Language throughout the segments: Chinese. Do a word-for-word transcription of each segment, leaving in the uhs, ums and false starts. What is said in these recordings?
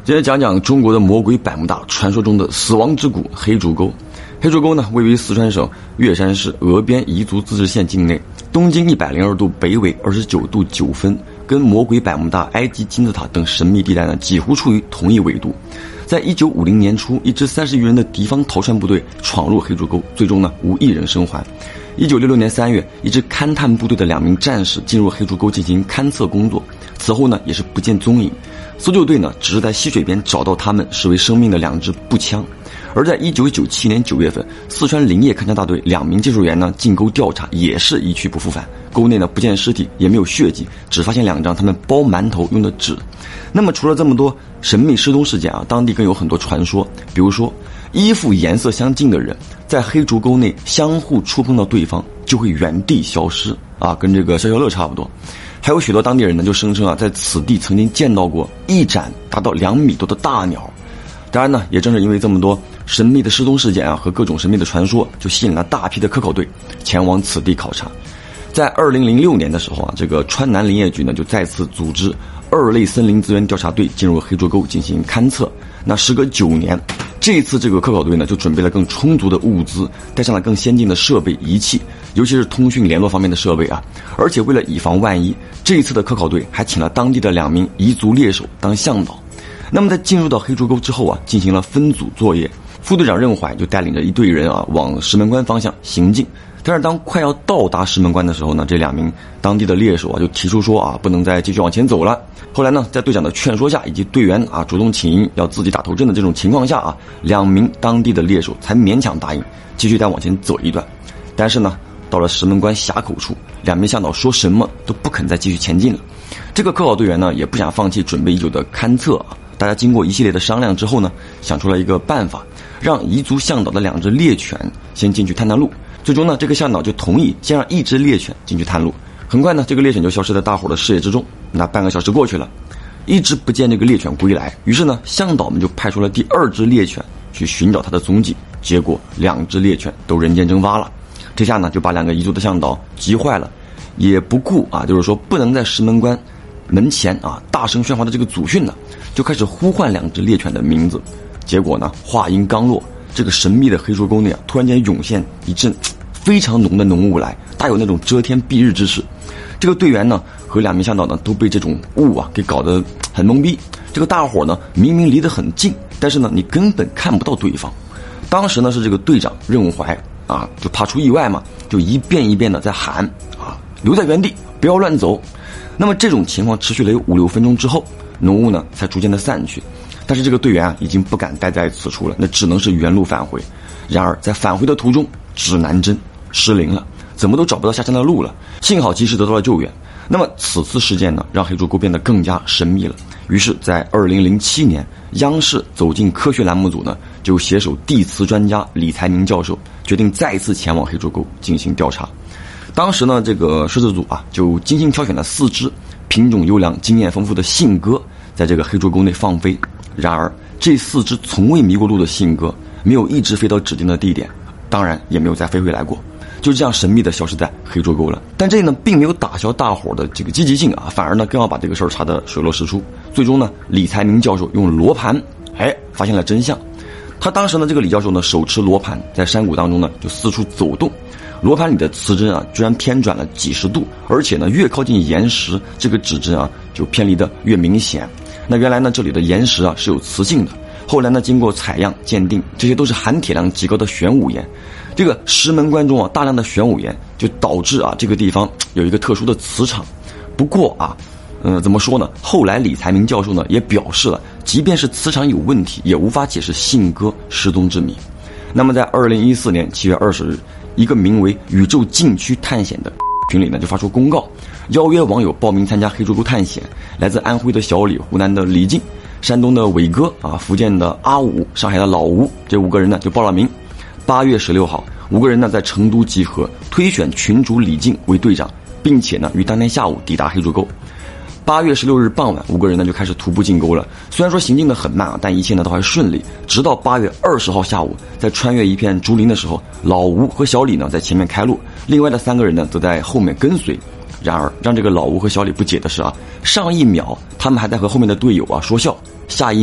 今天讲讲中国的魔鬼百慕大，传说中的死亡之谷黑竹沟。黑竹沟呢，位于四川省乐山市峨边彝族自治县境内，东经一百零二度，北纬二十九度九分，跟魔鬼百慕大、埃及金字塔等神秘地带呢几乎处于同一纬度。在一九五零年初，一支三十余人的敌方逃窜部队闯入黑竹沟，最终呢无一人生还。一九六六年三月，一支勘探部队的两名战士进入黑竹沟进行勘测工作，此后呢也是不见踪影。搜救队呢只是在溪水边找到他们视为生命的两支步枪。而在一九九七年九月份，四川林业勘察大队两名技术员呢进沟调查，也是一去不复返。沟内呢不见尸体，也没有血迹，只发现两张他们包馒头用的纸。那么除了这么多神秘失踪事件啊，当地更有很多传说，比如说衣服颜色相近的人在黑竹沟内相互触碰到对方就会原地消失啊，跟这个消消乐差不多。还有许多当地人呢就声称啊，在此地曾经见到过一展达到两米多的大鸟。当然呢，也正是因为这么多神秘的失踪事件啊和各种神秘的传说，就吸引了大批的科考队前往此地考察。在二零零六年的时候啊，这个川南林业局呢就再次组织二类森林资源调查队进入黑竹沟进行勘测。那时隔九年，这一次这个科考队呢就准备了更充足的物资，带上了更先进的设备仪器，尤其是通讯联络方面的设备啊。而且为了以防万一，这一次的科考队还请了当地的两名彝族猎手当向导。那么在进入到黑竹沟之后啊，进行了分组作业。副队长任怀就带领着一队人啊往石门关方向行进。但是当快要到达石门关的时候呢，这两名当地的猎手啊就提出说啊，不能再继续往前走了。后来呢，在队长的劝说下，以及队员啊主动请缨要自己打头阵的这种情况下啊，两名当地的猎手才勉强答应继续再往前走一段。但是呢，到了石门关峡口处，两名向导说什么都不肯再继续前进了。这个科考队员呢也不想放弃准备已久的勘测啊。大家经过一系列的商量之后呢，想出了一个办法，让彝族向导的两只猎犬先进去探探路。最终呢，这个向导就同意先让一只猎犬进去探路。很快呢，这个猎犬就消失在大伙的视野之中。那半个小时过去了，一直不见这个猎犬归来。于是呢，向导们就派出了第二只猎犬去寻找它的踪迹。结果两只猎犬都人间蒸发了。这下呢，就把两个彝族的向导急坏了，也不顾啊，就是说不能在石门关门前啊大声喧哗的这个祖训呢，就开始呼唤两只猎犬的名字。结果呢，话音刚落，这个神秘的黑竹沟内啊，突然间涌现一阵非常浓的浓雾来，大有那种遮天蔽日之势。这个队员呢和两名向导呢都被这种雾啊给搞得很懵逼。这个大伙呢明明离得很近，但是呢你根本看不到对方。当时呢是这个队长任怀啊，就怕出意外嘛，就一遍一遍的在喊啊，留在原地，不要乱走。那么这种情况持续了有五六分钟之后，浓雾呢才逐渐的散去。但是这个队员啊已经不敢待在此处了，那只能是原路返回。然而在返回的途中，指南针失灵了，怎么都找不到下山的路了。幸好及时得到了救援。那么此次事件呢，让黑竹沟变得更加神秘了。于是在二零零七年，央视走进科学栏目组呢就携手地磁专家李才明教授，决定再次前往黑竹沟进行调查。当时呢，这个摄制组啊就精心挑选了四只品种优良、经验丰富的信鸽，在这个黑竹沟内放飞。然而这四只从未迷过路的信鸽，没有一直飞到指定的地点，当然也没有再飞回来过，就这样神秘的消失在黑竹沟了。但这呢并没有打消大伙的这个积极性啊，反而呢更要把这个事儿查得水落石出。最终呢，李才明教授用罗盘哎发现了真相。他当时呢，这个李教授呢手持罗盘在山谷当中呢就四处走动，罗盘里的磁针啊居然偏转了几十度，而且呢越靠近岩石，这个指针啊就偏离的越明显。那原来呢这里的岩石啊是有磁性的，后来呢经过采样鉴定，这些都是含铁量极高的玄武岩。这个石门关中啊大量的玄武岩，就导致啊这个地方有一个特殊的磁场。不过啊嗯，怎么说呢？后来李才明教授呢也表示了，即便是磁场有问题，也无法解释信鸽失踪之谜。那么在二零一四年七月二十日，一个名为宇宙禁区探险的群里呢就发出公告，邀约网友报名参加黑竹沟探险。来自安徽的小李、湖南的李静、山东的伟哥啊、福建的阿武、上海的老吴，这五个人呢就报了名。八月十六号，五个人呢在成都集合，推选群主李静为队长，并且呢于当天下午抵达黑竹沟。八月十六日傍晚，五个人呢就开始徒步进沟了。虽然说行进的很慢啊，但一切呢都还顺利。直到八月二十号下午，在穿越一片竹林的时候，老吴和小李呢在前面开路，另外的三个人呢则在后面跟随。然而让这个老吴和小李不解的是啊，上一秒他们还在和后面的队友啊说笑，下一秒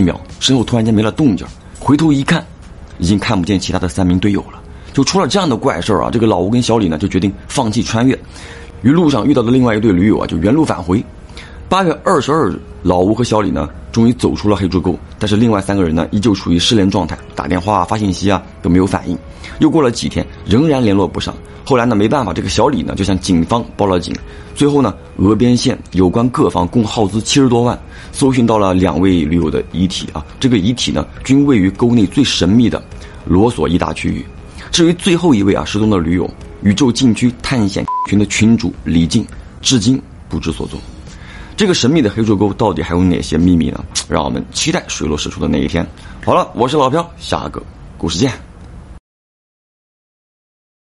身后突然间没了动静，回头一看，已经看不见其他的三名队友了。就出了这样的怪事啊，这个老吴跟小李呢就决定放弃穿越，于路上遇到的另外一对驴友啊就原路返回。八月二十二日，老吴和小李呢终于走出了黑猪沟，但是另外三个人呢依旧处于失联状态，打电话啊发信息啊都没有反应。又过了几天，仍然联络不上。后来呢没办法，这个小李呢就向警方报了警。最后呢峨边县有关各方共耗资七十多万，搜寻到了两位驴友的遗体啊，这个遗体呢均位于沟内最神秘的罗索一大区域。至于最后一位啊失踪的驴友，宇宙禁区探险群的群主李静，至今不知所踪。这个神秘的黑猪沟到底还有哪些秘密呢？让我们期待水落石出的那一天。好了，我是老飘，下个故事见。